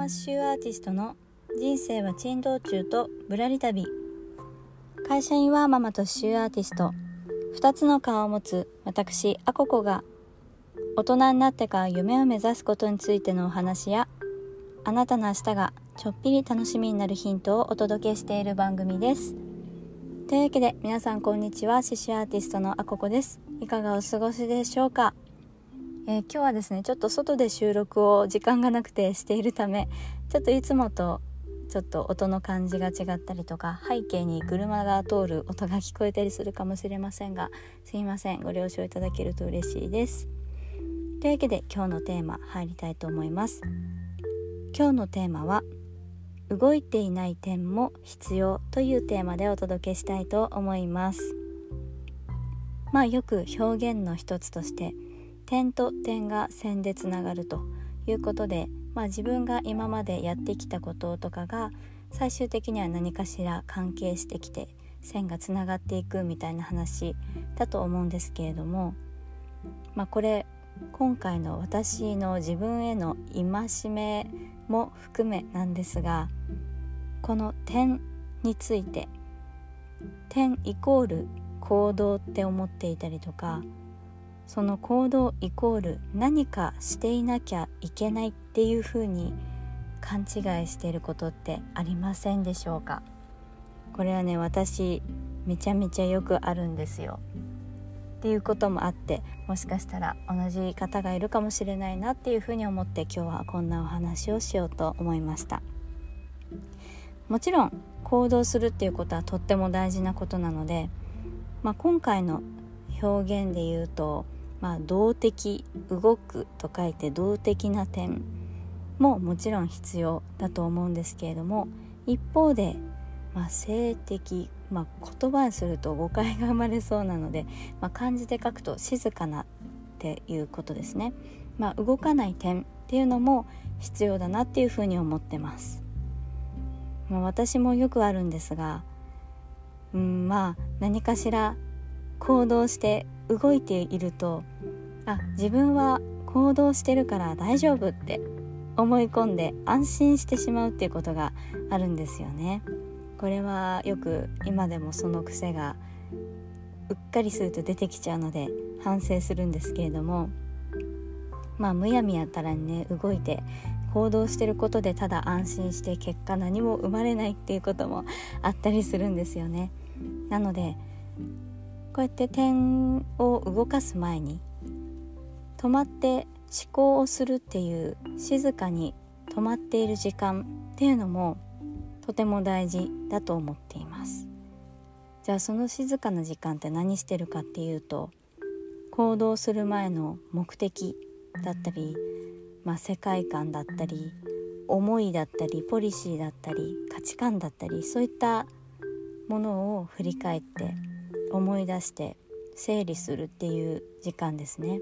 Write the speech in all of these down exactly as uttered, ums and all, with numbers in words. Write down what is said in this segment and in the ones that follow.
マッシュアーティストの人生は珍道中とぶらり旅。会社員はママと刺繍アーティスト、ふたつの顔を持つ私アココが、大人になってから夢を目指すことについてのお話や、あなたの明日がちょっぴり楽しみになるヒントをお届けしている番組です。というわけで皆さんこんにちは、刺繍アーティストのアココです。いかがお過ごしでしょうか。えー、今日はですねちょっと外で収録を時間がなくてしているため、ちょっといつもとちょっと音の感じが違ったりとか、背景に車が通る音が聞こえたりするかもしれませんが、すいません、ご了承いただけると嬉しいです。というわけで今日のテーマ入りたいと思います。今日のテーマは動いていない点も必要というテーマでお届けしたいと思います。まあよく表現の一つとして点と点が線でつながるということで、まあ、自分が今までやってきたこととかが最終的には何かしら関係してきて線がつながっていくみたいな話だと思うんですけれども、まあ、これ今回の私の自分への戒めも含めなんですが、この点について点イコール行動って思っていたりとか、その行動イコール何かしていなきゃいけないっていう風に勘違いしていることってありませんでしょうか。これはね、私めちゃめちゃよくあるんですよっていうこともあって、もしかしたら同じ方がいるかもしれないなっていう風に思って、今日はこんなお話をしようと思いました。もちろん行動するっていうことはとっても大事なことなので、まあ、今回の表現で言うと、まあ、動的、動くと書いて動的な点ももちろん必要だと思うんですけれども、一方で、まあ、静的、まあ、言葉にすると誤解が生まれそうなので、まあ、漢字で書くと静かなっていうことですね。まあ、動かない点っていうのも必要だなっていうふうに思ってます。まあ、私もよくあるんですが、うん、まあ何かしら行動して動いていると、あ、自分は行動してるから大丈夫って思い込んで安心してしまうっていうことがあるんですよね。これはよく今でもその癖がうっかりすると出てきちゃうので反省するんですけれども、まあむやみやったらね動いて行動してることでただ安心して結果何も生まれないっていうこともあったりするんですよね。なのでこうやって点を動かす前に止まって思考をするっていう静かに止まっている時間っていうのもとても大事だと思っています。じゃあその静かな時間って何してるかっていうと、行動する前の目的だったり、まあ、世界観だったり思いだったりポリシーだったり価値観だったり、そういったものを振り返って思い出して整理するっていう時間ですね。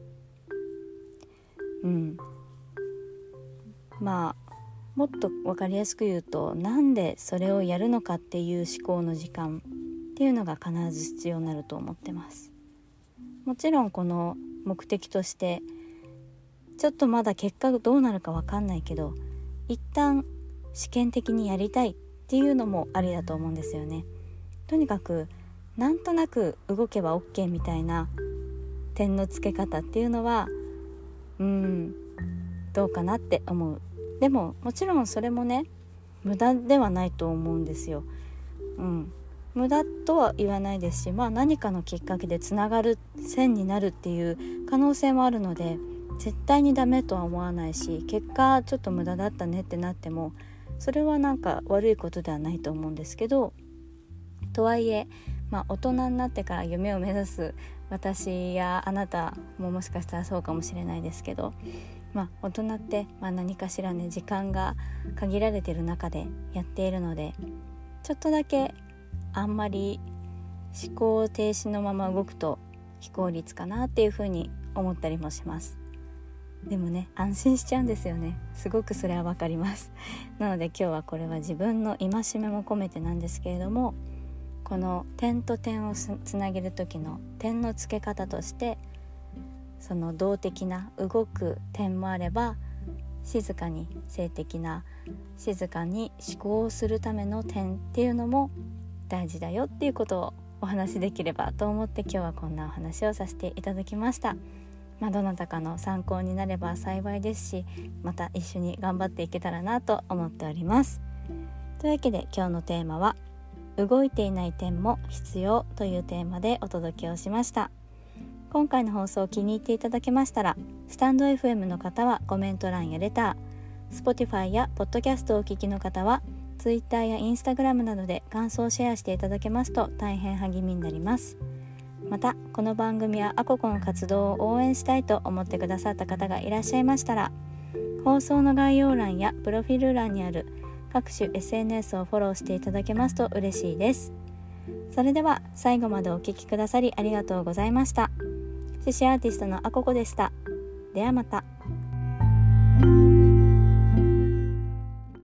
うん。まあもっと分かりやすく言うと、なんでそれをやるのかっていう思考の時間っていうのが必ず必要になると思ってます。もちろんこの目的としてちょっとまだ結果がどうなるか分かんないけど、一旦試験的にやりたいっていうのもありだと思うんですよね。とにかくなんとなく動けば OK みたいな点の付け方っていうのはうーんどうかなって思う。でももちろんそれもね無駄ではないと思うんですよ。うん、無駄とは言わないですし、まあ何かのきっかけでつながる線になるっていう可能性もあるので、絶対にダメとは思わないし、結果ちょっと無駄だったねってなってもそれはなんか悪いことではないと思うんですけど、とはいえまあ、大人になってから夢を目指す私やあなたももしかしたらそうかもしれないですけど、まあ、大人って、まあ、何かしらね時間が限られている中でやっているので、ちょっとだけあんまり思考停止のまま動くと非効率かなっていうふうに思ったりもします。でもね安心しちゃうんですよね。すごくそれはわかりますなので今日はこれは自分の戒めも込めてなんですけれども、この点と点をつなげる時の点の付け方として、その動的な動く点もあれば静かに静的な静かに思考をするための点っていうのも大事だよっていうことをお話しできればと思って今日はこんなお話をさせていただきました。まあ、どなたかの参考になれば幸いですし、また一緒に頑張っていけたらなと思っております。というわけで今日のテーマは動いていない点も必要というテーマでお届けをしました。今回の放送を気に入っていただけましたら、スタンド エフエム の方はコメント欄やレター、Spotify やポッドキャストをお聞きの方は Twitter や Instagram などで感想をシェアしていただけますと大変励みになります。またこの番組やアココの活動を応援したいと思ってくださった方がいらっしゃいましたら、放送の概要欄やプロフィール欄にある各種 エスエヌエス をフォローしていただけますと嬉しいです。それでは最後までお聞きくださりありがとうございました。獅子アーティストのアココでした。ではまた。